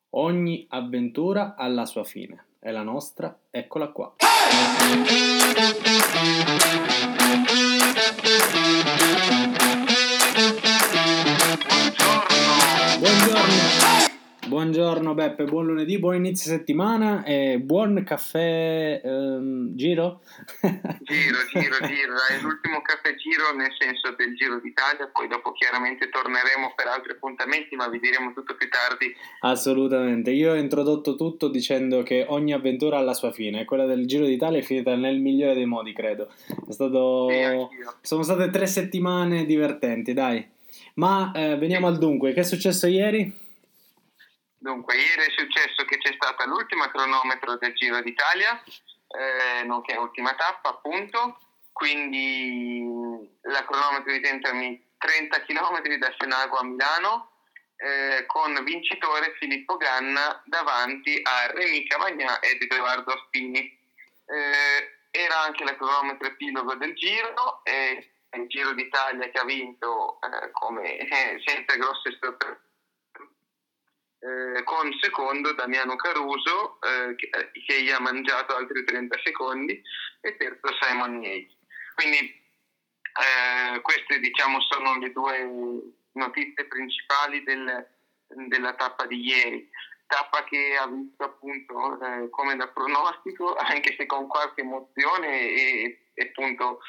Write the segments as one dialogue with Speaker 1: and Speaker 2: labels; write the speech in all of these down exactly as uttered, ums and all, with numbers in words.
Speaker 1: Ogni avventura ha la sua fine e la nostra, eccola qua. Buongiorno. Buongiorno Beppe, buon lunedì, buon inizio settimana e buon caffè ehm, giro?
Speaker 2: Giro, giro, giro, è l'ultimo caffè giro nel senso del Giro d'Italia, poi dopo chiaramente torneremo per altri appuntamenti, ma vi diremo tutto più tardi.
Speaker 1: Assolutamente, io ho introdotto tutto dicendo che ogni avventura ha la sua fine, quella del Giro d'Italia è finita nel migliore dei modi, credo. È stato...
Speaker 2: Sì, anch'io.
Speaker 1: Sono state tre settimane divertenti, dai. Ma eh, veniamo al dunque, che è successo ieri?
Speaker 2: Dunque, ieri è successo che c'è stata l'ultima cronometro del Giro d'Italia, eh, nonché ultima tappa appunto, quindi la cronometro di Tentami trenta chilometri da Senago a Milano, eh, con vincitore Filippo Ganna davanti a Rémi Cavagna ed Edoardo Aspini. Eh, era anche la cronometro epilogo del Giro, e il Giro d'Italia che ha vinto eh, come eh, senza grosse sorprese. Eh, con secondo Damiano Caruso eh, che, che gli ha mangiato altri trenta secondi, e terzo Simon Yates. Quindi eh, queste diciamo sono le due notizie principali del, della tappa di ieri, tappa che ha visto appunto eh, come da pronostico, anche se con qualche emozione e, e appunto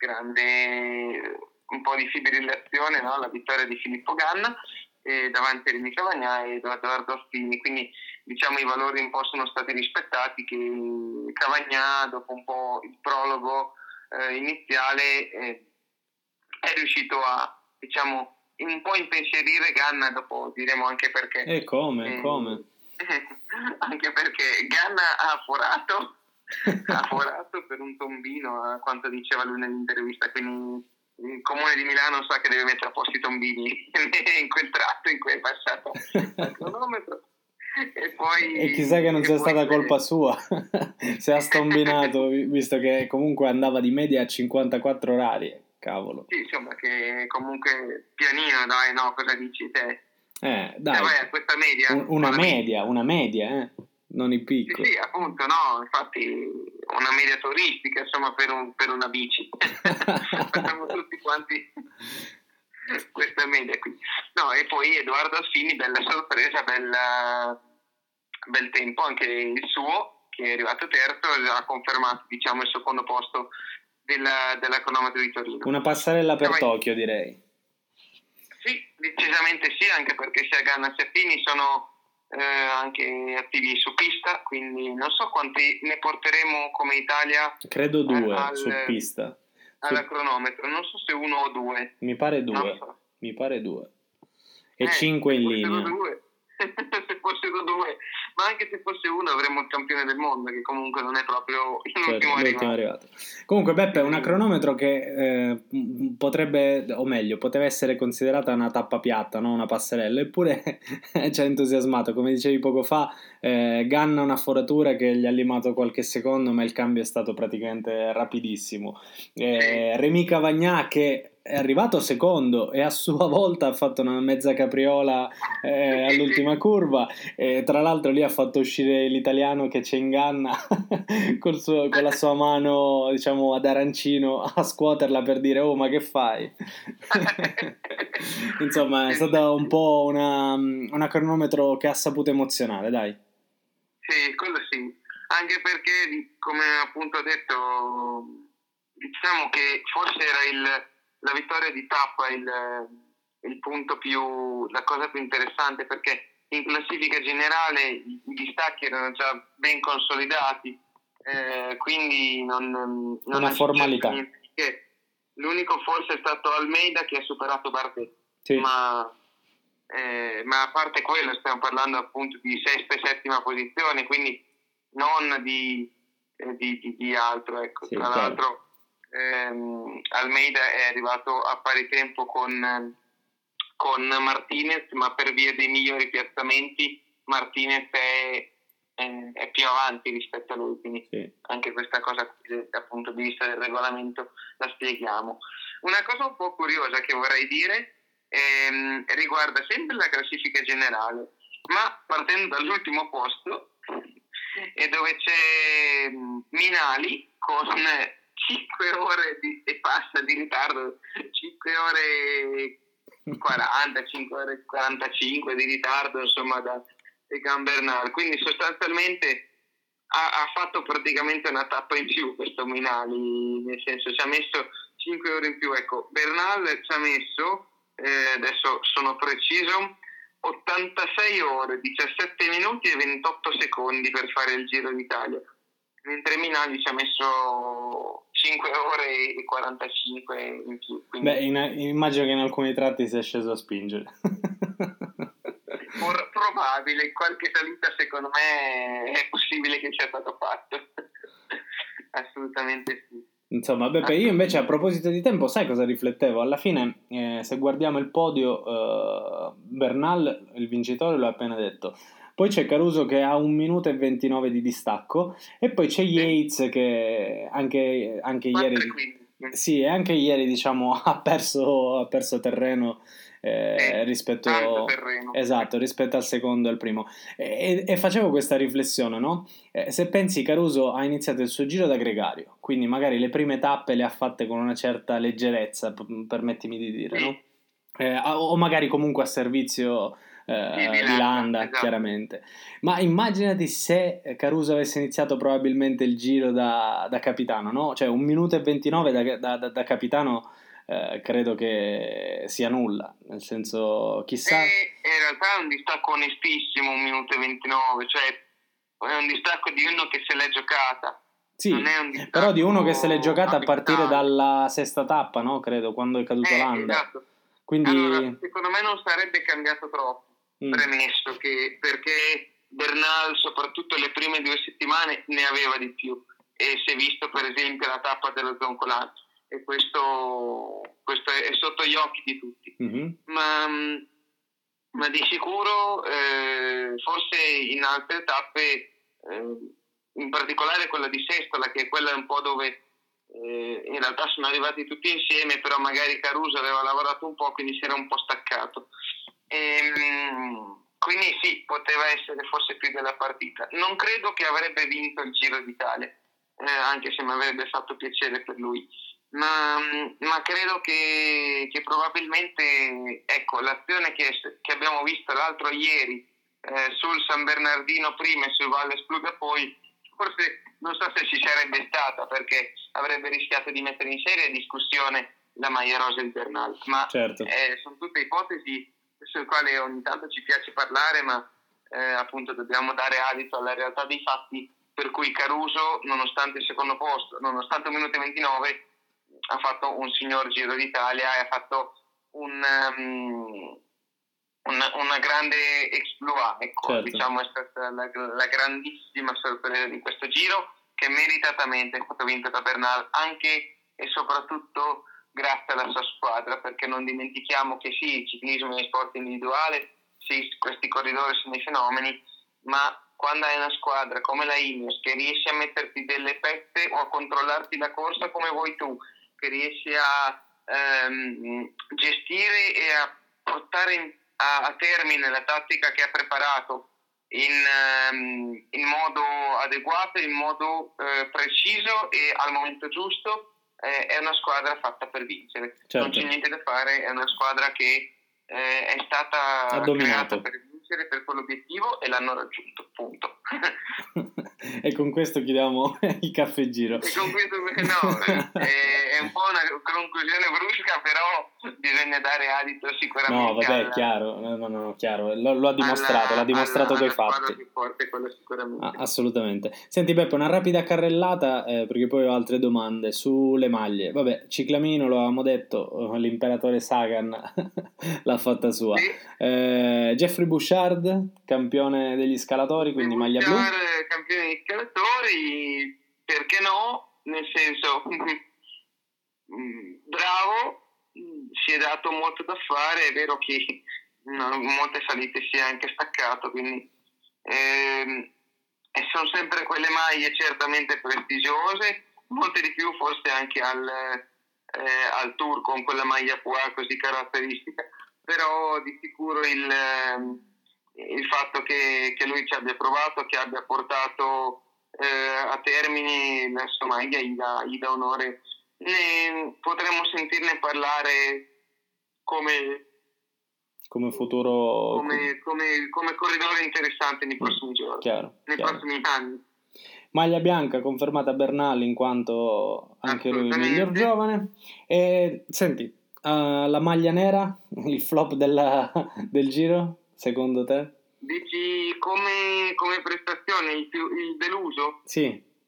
Speaker 2: grande un po' di fibrillazione, no? La vittoria di Filippo Ganna eh, davanti a Rémi Cavagna e Edoardo Aspini, quindi diciamo i valori un po' sono stati rispettati, che Cavagna dopo un po' il prologo eh, iniziale eh, è riuscito a diciamo un po' impensierire Ganna, dopo diremo anche perché.
Speaker 1: E come,
Speaker 2: eh,
Speaker 1: come?
Speaker 2: Anche perché Ganna ha forato ha forato per un tombino, a quanto diceva lui nell'intervista, quindi il comune di Milano sa che deve mettere a posto i tombini in quel tratto in cui è passato il cronometro. E poi
Speaker 1: E chissà che non sia stata colpa sua se ha stombinato, visto che comunque andava di media a cinquantaquattro orari, cavolo.
Speaker 2: Sì, insomma, che comunque pianino, dai, no, cosa dici te?
Speaker 1: Eh, dai,
Speaker 2: Se vai a questa media,
Speaker 1: un, una media, una media, eh, non il picco.
Speaker 2: Sì, sì, appunto, no, infatti una media turistica, insomma, per, un, per una bici. Facciamo tutti quanti questa media qui. No, e poi Edoardo Aspini, bella sorpresa, bella, bel tempo anche il suo, che è arrivato terzo, ha confermato, diciamo, il secondo posto della, della cronometro di Torino.
Speaker 1: Una passerella per
Speaker 2: Poi,
Speaker 1: Tokyo, direi.
Speaker 2: Sì, decisamente sì, anche perché sia Ganna sia Aspini sono eh, anche attivi su pista, quindi non so quanti ne porteremo come Italia.
Speaker 1: Credo due
Speaker 2: al,
Speaker 1: su pista.
Speaker 2: Alla
Speaker 1: Su...
Speaker 2: cronometro, non so se uno o due.
Speaker 1: Mi pare due,
Speaker 2: so.
Speaker 1: mi pare due. E
Speaker 2: eh,
Speaker 1: cinque in
Speaker 2: se
Speaker 1: linea.
Speaker 2: Due. Se fossero due, ma anche se fosse uno avremmo il campione del mondo, che comunque non è proprio l'ultimo,
Speaker 1: certo, l'ultimo
Speaker 2: arrivato.
Speaker 1: arrivato. Comunque Beppe è una cronometro che eh, potrebbe, o meglio, poteva essere considerata una tappa piatta, no? Una passerella, eppure ci ha entusiasmato, come dicevi poco fa. eh, Ganna una foratura che gli ha limato qualche secondo, ma il cambio è stato praticamente rapidissimo. eh, Rémi Cavagna, che è arrivato secondo e a sua volta ha fatto una mezza capriola eh, all'ultima curva, e tra l'altro lì ha fatto uscire l'italiano che ci inganna col suo, con la sua mano, diciamo, ad arancino a scuoterla per dire oh ma che fai. Insomma è stata un po' una, una cronometro che ha saputo emozionare, dai.
Speaker 2: Sì, quello sì, anche perché come appunto ho detto, diciamo che forse era il la vittoria di tappa il, il punto più, la cosa più interessante, perché in classifica generale i distacchi erano già ben consolidati, eh, quindi non, non
Speaker 1: una formalità.
Speaker 2: Niente. L'unico forse è stato Almeida che ha superato Bardet,
Speaker 1: sì.
Speaker 2: ma, eh, ma a parte quello stiamo parlando appunto di sesta e settima posizione, quindi non di, eh, di, di, di altro, ecco.
Speaker 1: Sì,
Speaker 2: tra
Speaker 1: chiaro.
Speaker 2: l'altro ehm, Almeida è arrivato a pari tempo con, con Martinez, ma per via dei migliori piazzamenti Martinez è, è, è più avanti rispetto a lui, quindi
Speaker 1: sì.
Speaker 2: Anche questa cosa dal punto di vista del regolamento la spieghiamo. Una cosa un po' curiosa che vorrei dire ehm, riguarda sempre la classifica generale. ma partendo dall'ultimo posto, e dove c'è Minali con cinque ore di, e passa di ritardo, cinque ore quaranta, cinque ore quarantacinque di ritardo, insomma, da Egan Bernal. Quindi sostanzialmente ha, ha fatto praticamente una tappa in più questo Minali, nel senso ci ha messo cinque ore in più. Ecco, Bernal ci ha messo, eh, adesso sono preciso, ottantasei ore, diciassette minuti e ventotto secondi per fare il Giro d'Italia, mentre Minali ci ha messo cinque ore e quarantacinque in più. Quindi...
Speaker 1: Beh, in, immagino che in alcuni tratti sia sceso a spingere.
Speaker 2: Por- probabile, in qualche salita secondo me è possibile che sia stato fatto. Assolutamente sì.
Speaker 1: Insomma, Beppe, io invece a proposito di tempo, sai cosa riflettevo? Alla fine, eh, se guardiamo il podio, eh, Bernal, il vincitore, l'ho appena detto. Poi c'è Caruso che ha un minuto e ventinove di distacco, e poi c'è Yates che anche, anche ieri, sì, e anche ieri diciamo ha perso, ha perso terreno, eh,
Speaker 2: eh,
Speaker 1: rispetto,
Speaker 2: terreno.
Speaker 1: esatto, rispetto al secondo e al primo. E, e facevo questa riflessione, no? Eh, se pensi, Caruso ha iniziato il suo giro da gregario, quindi magari le prime tappe le ha fatte con una certa leggerezza, p- permettimi di dire,
Speaker 2: sì.
Speaker 1: no? Eh, o magari comunque a servizio eh,
Speaker 2: di,
Speaker 1: di Landa,
Speaker 2: esatto.
Speaker 1: chiaramente. Ma immaginati se Caruso avesse iniziato probabilmente il giro da, da capitano, no? Cioè un minuto e ventinove da, da, da, da capitano, eh, credo che sia nulla, nel senso, chissà...
Speaker 2: E in realtà è un distacco onestissimo, un minuto e ventinove, cioè è un distacco di uno che se l'è giocata.
Speaker 1: Sì,
Speaker 2: non è un
Speaker 1: però di uno che se l'è giocata a partire
Speaker 2: abissale.
Speaker 1: dalla sesta tappa, no? Credo, quando è caduto
Speaker 2: Eh,
Speaker 1: Landa.
Speaker 2: esatto.
Speaker 1: Quindi...
Speaker 2: Allora, secondo me non sarebbe cambiato troppo,
Speaker 1: Mm.
Speaker 2: premesso che perché Bernal, soprattutto le prime due settimane, ne aveva di più, e si è visto per esempio la tappa dello Zoncolan, e questo, questo è sotto gli occhi di tutti.
Speaker 1: Mm-hmm.
Speaker 2: Ma, ma di sicuro eh, forse in altre tappe, eh, in particolare quella di Sestola, che è quella un po' dove eh, in realtà sono arrivati tutti insieme, però magari Caruso aveva lavorato un po', quindi si era un po' staccato. E, quindi sì, poteva essere forse più della partita. Non credo che avrebbe vinto il Giro d'Italia, eh, anche se mi avrebbe fatto piacere per lui. Ma, ma credo che, che probabilmente, ecco, l'azione che, che abbiamo visto l'altro ieri eh, sul San Bernardino prima e sul Valle Spluga poi, forse non so se ci sarebbe stata, perché avrebbe rischiato di mettere in seria discussione la maglia rosa invernale, ma
Speaker 1: certo.
Speaker 2: eh, sono tutte ipotesi sulle quali ogni tanto ci piace parlare, ma eh, appunto dobbiamo dare adito alla realtà dei fatti, per cui Caruso, nonostante il secondo posto, nonostante un minuto e ventinove, ha fatto un signor Giro d'Italia e ha fatto un, um, una, una grande exploit, ecco, certo. Diciamo è stata la, la grandissima sorpresa di questo Giro, che meritatamente è stato vinto da Bernal, anche e soprattutto grazie alla sua squadra, perché non dimentichiamo che sì, il ciclismo è sport individuale, sì, questi corridori sono dei fenomeni, ma quando hai una squadra come la Ineos che riesce a metterti delle pette o a controllarti la corsa come vuoi tu, che riesci a ehm, gestire e a portare in, a, a termine la tattica che ha preparato in, ehm, in modo adeguato, in modo eh, preciso e al momento giusto, eh, è una squadra fatta per vincere. Certo. Non c'è niente da fare, è una squadra che eh, è stata creata per vincere, per quell'obiettivo, e l'hanno raggiunto, punto.
Speaker 1: E con questo chiudiamo il caffè giro.
Speaker 2: E con questo, no, è, è un po' una conclusione brusca, però bisogna dare adito sicuramente.
Speaker 1: No, vabbè,
Speaker 2: alla,
Speaker 1: è chiaro, no, no, no, chiaro. Lo, lo ha dimostrato,
Speaker 2: alla,
Speaker 1: l'ha dimostrato
Speaker 2: alla,
Speaker 1: coi
Speaker 2: alla
Speaker 1: fatti.
Speaker 2: Più forte, quello sicuramente.
Speaker 1: Ah, assolutamente. Senti Beppe, una rapida carrellata, eh, perché poi ho altre domande sulle maglie. Vabbè, ciclamino, lo avevamo detto, l'imperatore Sagan l'ha fatta sua.
Speaker 2: Sì.
Speaker 1: Eh, Jeffrey Bouchard, campione degli scalatori,
Speaker 2: Jeffrey
Speaker 1: quindi maglia blu.
Speaker 2: Bouchard, campione degli scalatori, perché no? Nel senso, bravo, si è dato molto da fare, è vero che in molte salite si è anche staccato, quindi ehm, e sono sempre quelle maglie certamente prestigiose, molte di più forse anche al, eh, al Tour con quella maglia qua così caratteristica, però di sicuro il, il fatto che, che lui ci abbia provato, che abbia portato eh, a termine la sua maglia, gli dà, gli dà onore. Ne, potremmo sentirne parlare come,
Speaker 1: come futuro,
Speaker 2: come, come, come corridore interessante nei prossimi mm, giorni,
Speaker 1: chiaro,
Speaker 2: nei
Speaker 1: chiaro.
Speaker 2: prossimi anni.
Speaker 1: Maglia bianca confermata Bernal in quanto anche lui il miglior giovane. E senti, uh, la maglia nera, il flop della, del Giro, secondo te?
Speaker 2: Dici come, come prestazione, il, più, il deluso?
Speaker 1: Sì.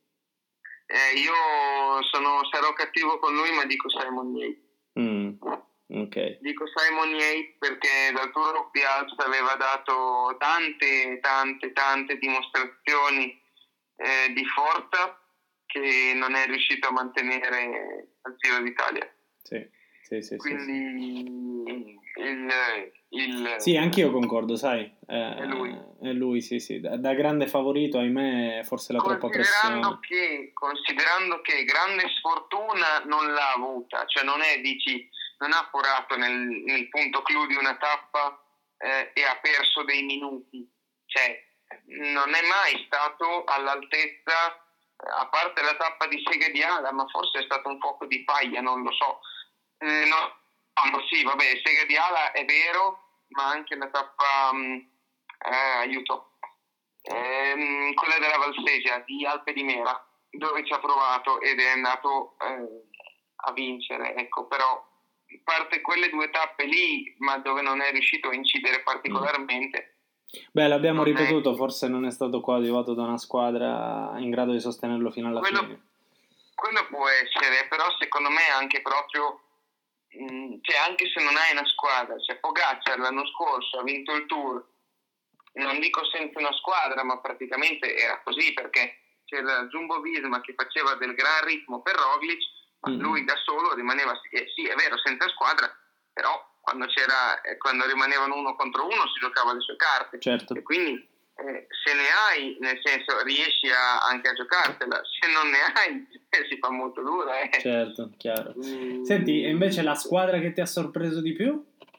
Speaker 2: Eh, io sono, sarò cattivo con lui, ma dico Simon Yates.
Speaker 1: Mm, ok.
Speaker 2: Dico Simon Yates perché dal Tour di Alps aveva dato tante, tante, tante dimostrazioni eh, di forza che non è riuscito a mantenere al Giro d'Italia.
Speaker 1: Sì, sì, sì.
Speaker 2: Quindi
Speaker 1: sì, sì.
Speaker 2: Il, il...
Speaker 1: Sì, anch'io concordo, sai. Eh,
Speaker 2: è lui.
Speaker 1: È lui, sì, sì. Da, da grande favorito, ahimè, forse la troppa pressione.
Speaker 2: Che, considerando che grande sfortuna non l'ha avuta, cioè non è, dici, non ha forato nel, nel punto clou di una tappa eh, e ha perso dei minuti, cioè non è mai stato all'altezza, a parte la tappa di Sega di Ala, ma forse è stato un fuoco di paglia, non lo so. Eh, no, no, sì, vabbè, Sega di Ala è vero, ma anche la tappa, um, eh, aiuto, ehm, quella della Valsesia di Alpe di Mera, dove ci ha provato ed è andato eh, a vincere, ecco, però a parte quelle due tappe lì, ma dove non è riuscito a incidere particolarmente.
Speaker 1: Beh, l'abbiamo ripetuto, è... forse non è stato coadiuvato da una squadra in grado di sostenerlo fino alla
Speaker 2: quello,
Speaker 1: fine.
Speaker 2: Quello può essere, però secondo me anche proprio, mh, cioè anche se non hai una squadra, cioè Pogacar l'anno scorso ha vinto il Tour, non dico senza una squadra, ma praticamente era così, perché c'era Jumbo Visma che faceva del gran ritmo per Roglic, ma mm-hmm. lui da solo rimaneva, eh, sì è vero, senza squadra, però quando c'era eh, quando rimanevano uno contro uno si giocava le sue carte,
Speaker 1: certo.
Speaker 2: E quindi eh, se ne hai, nel senso riesci a, anche a giocartela, se non ne hai eh, si fa molto dura. Eh.
Speaker 1: Certo, chiaro. Mm. Senti, e invece la squadra che ti ha sorpreso di più?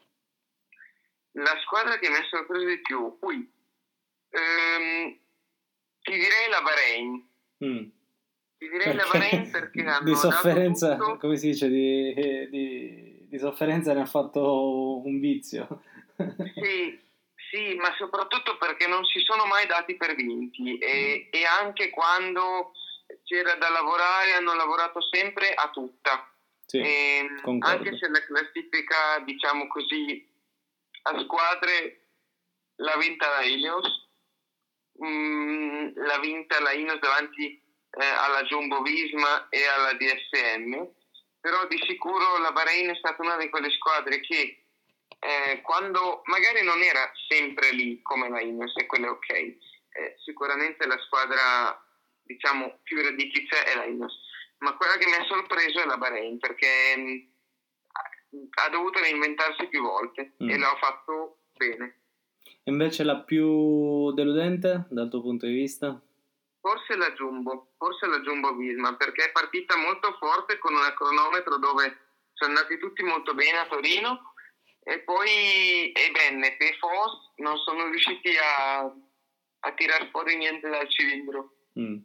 Speaker 2: La squadra che mi ha sorpreso di più, Ui, ehm, ti direi la Bahrain.
Speaker 1: Mm.
Speaker 2: Ti direi perché la Bahrain perché hanno
Speaker 1: di sofferenza,
Speaker 2: dato tutto.
Speaker 1: Come si dice, di, di, di sofferenza ne ha fatto un vizio.
Speaker 2: Sì, sì, ma soprattutto perché non si sono mai dati per vinti e, e anche quando c'era da lavorare hanno lavorato sempre a tutta.
Speaker 1: Sì,
Speaker 2: e, anche se la classifica, diciamo così, a squadre l'ha vinta la Ineos, mh, l'ha vinta la Ineos davanti eh, alla Jumbo Visma e alla D S M, però di sicuro la Bahrain è stata una di quelle squadre che eh, quando magari non era sempre lì come la Ineos e quello è ok, eh, sicuramente la squadra diciamo più radicata è la Ineos, ma quella che mi ha sorpreso è la Bahrain perché mh, ha dovuto reinventarsi più volte mm. e l'ha fatto bene.
Speaker 1: Invece la più deludente dal tuo punto di vista?
Speaker 2: Forse la Jumbo, forse la Jumbo Visma, perché è partita molto forte con un cronometro dove sono andati tutti molto bene a Torino e poi Ebene e Fos non sono riusciti a, a tirar fuori niente dal cilindro.
Speaker 1: Mm.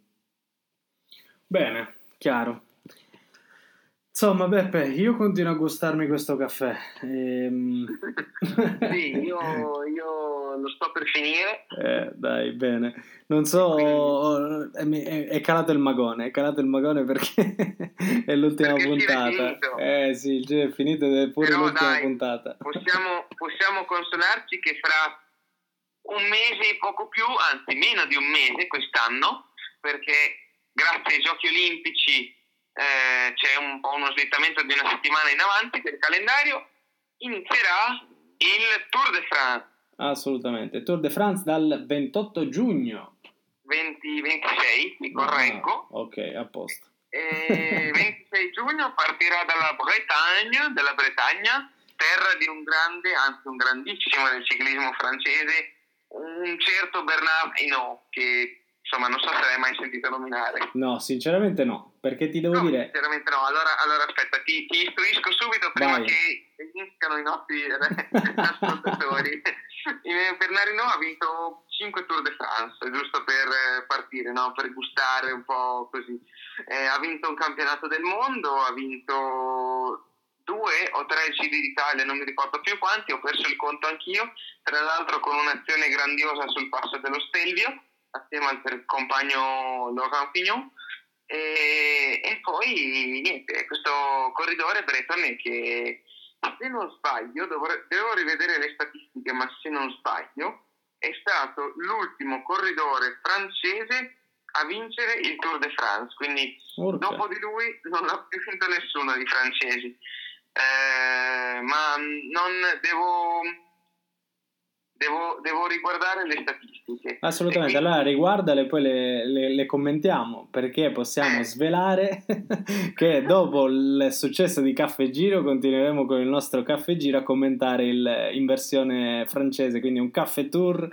Speaker 1: Bene, chiaro. Insomma, Beppe, io continuo a gustarmi questo caffè. Ehm...
Speaker 2: sì, io, io lo sto per finire.
Speaker 1: Eh, dai, bene. Non so, quindi... è, è calato il magone, è calato il magone perché è l'ultima
Speaker 2: perché
Speaker 1: puntata. Eh sì, il giro è finito ed è pure
Speaker 2: Però,
Speaker 1: l'ultima
Speaker 2: dai,
Speaker 1: puntata.
Speaker 2: Possiamo, possiamo consolarci che fra un mese e poco più, anzi meno di un mese quest'anno, perché grazie ai Giochi Olimpici eh, c'è un po' uno slittamento di una settimana in avanti del calendario, inizierà il Tour de France.
Speaker 1: Assolutamente, Tour de France dal ventotto giugno.
Speaker 2: venti ventisei, mi correggo.
Speaker 1: Ah, ok, a posto.
Speaker 2: E ventisei giugno partirà dalla Bretagne, della Bretagna, terra di un grande, anzi un grandissimo del ciclismo francese, un certo Bernard Hinault, che insomma non so se l'hai mai sentito nominare.
Speaker 1: No, sinceramente no, perché ti devo
Speaker 2: no,
Speaker 1: dire...
Speaker 2: sinceramente no, allora, allora aspetta, ti, ti istruisco subito prima
Speaker 1: Vai.
Speaker 2: che iniziano i nostri ascoltatori. Bernardino ha vinto cinque Tour de France, giusto per partire, no? Per gustare un po' così. Eh, ha vinto un campionato del mondo, ha vinto due o tre Giri d'Italia, non mi ricordo più quanti, ho perso il conto anch'io, tra l'altro con un'azione grandiosa sul passo dello Stelvio, assieme al compagno Laurent Fignon. E, e poi niente, questo corridore bretone che, se non sbaglio, devo, devo rivedere le statistiche, ma se non sbaglio è stato l'ultimo corridore francese a vincere il Tour de France, quindi Urca. Dopo di lui non ha più vinto nessuno di francesi. Eh, ma non devo, devo devo riguardare le statistiche.
Speaker 1: Assolutamente, quindi... allora riguardale e poi le, le, le commentiamo, perché possiamo eh. svelare che dopo il successo di Caffè Giro continueremo con il nostro Caffè Giro a commentare il, in versione francese, quindi un Caffè Tour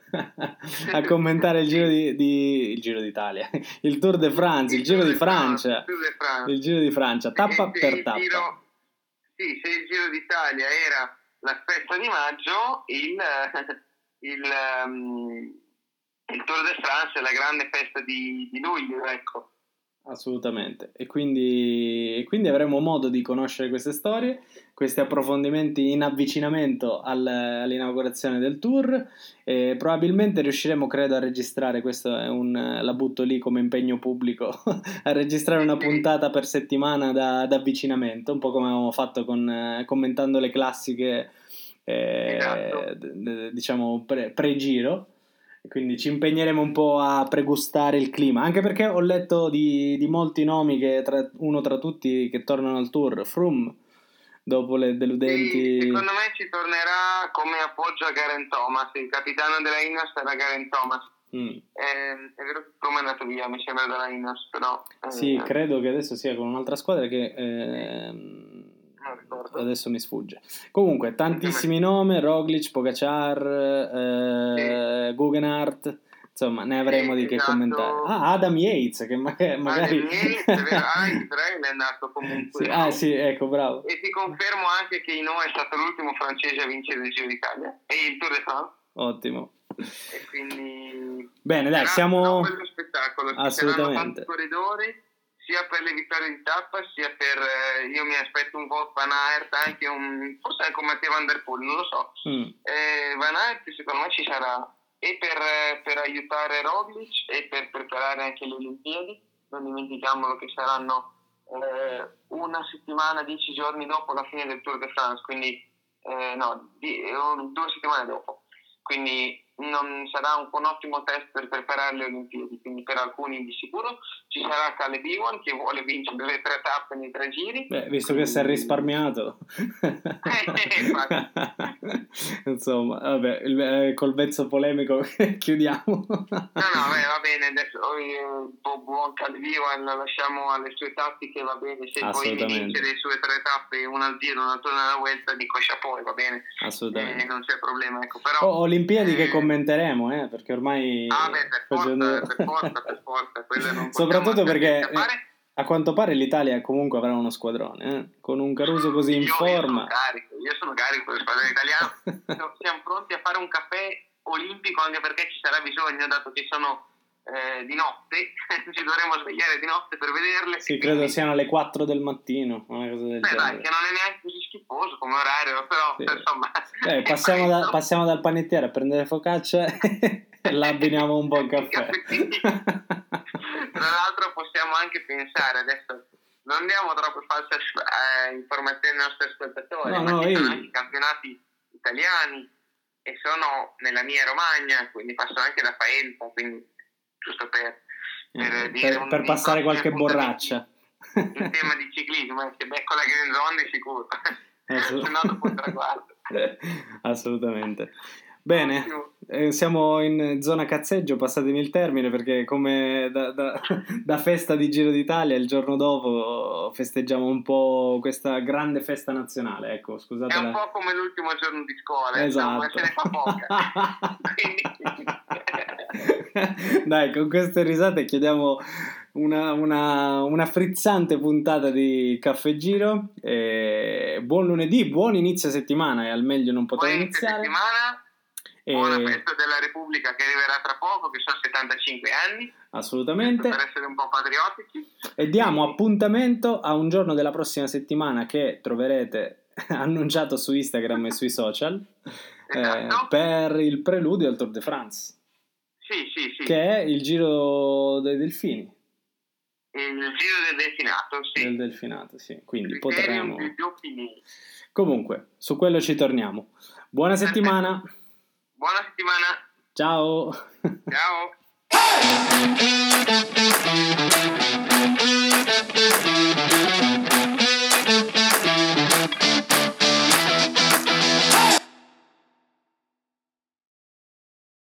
Speaker 1: a commentare il Giro di, di il Giro d'Italia, il Tour de France, il, il Giro di Francia,
Speaker 2: France,
Speaker 1: il Giro di Francia, tappa
Speaker 2: se,
Speaker 1: per
Speaker 2: se
Speaker 1: tappa.
Speaker 2: Giro, sì, se il Giro d'Italia era la festa di maggio, il Il, um, il Tour de France è la grande festa di, di luglio, ecco.
Speaker 1: Assolutamente, e quindi, e quindi avremo modo di conoscere queste storie, questi approfondimenti in avvicinamento al, all'inaugurazione del tour, e probabilmente riusciremo, credo, a registrare, questo è un, la butto lì come impegno pubblico, a registrare una puntata per settimana da, da avvicinamento, un po' come avevamo fatto con, eh, commentando le classiche. Eh,
Speaker 2: esatto.
Speaker 1: d- d- diciamo pre- pre-giro, quindi ci impegneremo un po' a pregustare il clima, anche perché ho letto di, di molti nomi, che tra, uno tra tutti che tornano al tour, Froome, dopo le deludenti.
Speaker 2: Sì, secondo me ci tornerà come appoggio a Geraint Thomas, il capitano della Ineos era Geraint Thomas. Mm. Eh, è vero che Froome è andato via, mi sembra, dalla Ineos, però eh,
Speaker 1: sì, credo che adesso sia con un'altra squadra che eh, adesso mi sfugge. Comunque, tantissimi nomi: Roglic, Pogacar, eh, sì. Guggenhardt, insomma, ne avremo sì, di che esatto. commentare. Ah, Adam Yates, che magari...
Speaker 2: Adam Yates, è vero, ah, Israele è andato comunque.
Speaker 1: Sì, ah, sì, ecco, bravo.
Speaker 2: E ti confermo anche che Hinault è stato l'ultimo francese a vincere il Giro d'Italia e il Tour de France.
Speaker 1: Ottimo.
Speaker 2: E quindi...
Speaker 1: Bene, dai, siamo...
Speaker 2: quello spettacolo.
Speaker 1: Assolutamente.
Speaker 2: Tanti corridori, sia per le vittorie di tappa, sia per eh, io mi aspetto un po' Van Aert, anche un forse anche un Mathieu Van Der Poel, non lo so. Mm. Eh, Van Aert secondo me ci sarà e per, per aiutare Roglic e per preparare anche le Olimpiadi. Non dimentichiamolo che saranno eh, una settimana, dieci giorni dopo la fine del Tour de France, quindi eh, no, di, due settimane dopo. Quindi non sarà un, un ottimo test per preparare le Olimpiadi, quindi per alcuni di sicuro. Ci sarà Caleb Ewan che vuole vincere le tre tappe nei tre giri.
Speaker 1: Beh, visto quindi... che si è risparmiato. Insomma, vabbè, il, eh, col vezzo polemico chiudiamo.
Speaker 2: No, no, beh, va bene, adesso oh, buon Caleb Ewan, lo lasciamo alle sue tattiche, va bene. Se poi vince le sue tre tappe, una al giro, una torna alla vuelta, dico chapeau, va bene.
Speaker 1: Assolutamente.
Speaker 2: Eh, non c'è problema, ecco, però...
Speaker 1: Oh, Olimpiadi eh... che commenteremo, eh, perché ormai...
Speaker 2: Ah, beh, per forza, facendo... per forza, per forza. Non
Speaker 1: soprattutto perché eh, a quanto pare l'Italia comunque avrà uno squadrone eh? Con un Caruso così in
Speaker 2: io,
Speaker 1: forma.
Speaker 2: Io sono carico, io sono carico con lo squadrone italiano. Siamo pronti a fare un caffè olimpico, anche perché ci sarà bisogno, dato che sono eh, di notte, ci dovremo svegliare di notte per vederle.
Speaker 1: Sì, credo quindi... siano le quattro del mattino, una cosa del
Speaker 2: Beh,
Speaker 1: genere.
Speaker 2: dai, che non è neanche così schifoso come orario, però sì. Insomma...
Speaker 1: Eh, passiamo, da, passiamo dal panettiere a prendere focaccia e là abbiniamo un buon caffè.
Speaker 2: Tra l'altro possiamo anche pensare, adesso non diamo troppo false eh, informazioni ai nostri ascoltatori,
Speaker 1: no,
Speaker 2: ma
Speaker 1: no,
Speaker 2: ci
Speaker 1: io...
Speaker 2: sono anche i campionati italiani e sono nella mia Romagna, quindi passo anche da Faenza, quindi giusto per, per,
Speaker 1: eh,
Speaker 2: dire
Speaker 1: per,
Speaker 2: un,
Speaker 1: per passare qualche borraccia
Speaker 2: in tema di ciclismo, che becco la Green Zone di sicuro, se no dopo il traguardo.
Speaker 1: Assolutamente. Bene, eh, siamo in zona cazzeggio, passatemi il termine, perché come da, da, da festa di Giro d'Italia il giorno dopo festeggiamo un po' questa grande festa nazionale, ecco, scusate.
Speaker 2: È un
Speaker 1: la...
Speaker 2: po' come l'ultimo giorno di scuola,
Speaker 1: esatto.
Speaker 2: Ma se ne fa poca. Quindi...
Speaker 1: Dai, con queste risate chiudiamo una, una, una frizzante puntata di Caffè Giro. E buon lunedì, buon inizio settimana, e al meglio non poteva
Speaker 2: buon inizio
Speaker 1: iniziare.
Speaker 2: settimana,
Speaker 1: E...
Speaker 2: buona festa della Repubblica che arriverà tra poco, che sono settantacinque anni.
Speaker 1: Assolutamente.
Speaker 2: Per essere un po' patriottici.
Speaker 1: E diamo appuntamento a un giorno della prossima settimana che troverete annunciato su Instagram e sui social,
Speaker 2: esatto.
Speaker 1: eh, per il preludio al Tour de France.
Speaker 2: Sì, sì, sì.
Speaker 1: Che è il Giro dei Delfini.
Speaker 2: Il Giro del Delfinato, sì.
Speaker 1: Del Delfinato, sì. Quindi
Speaker 2: Criterium
Speaker 1: potremo...
Speaker 2: di Dauphiné.
Speaker 1: Comunque, su quello ci torniamo. Buona settimana.
Speaker 2: Buona settimana.
Speaker 1: Ciao.
Speaker 2: Ciao.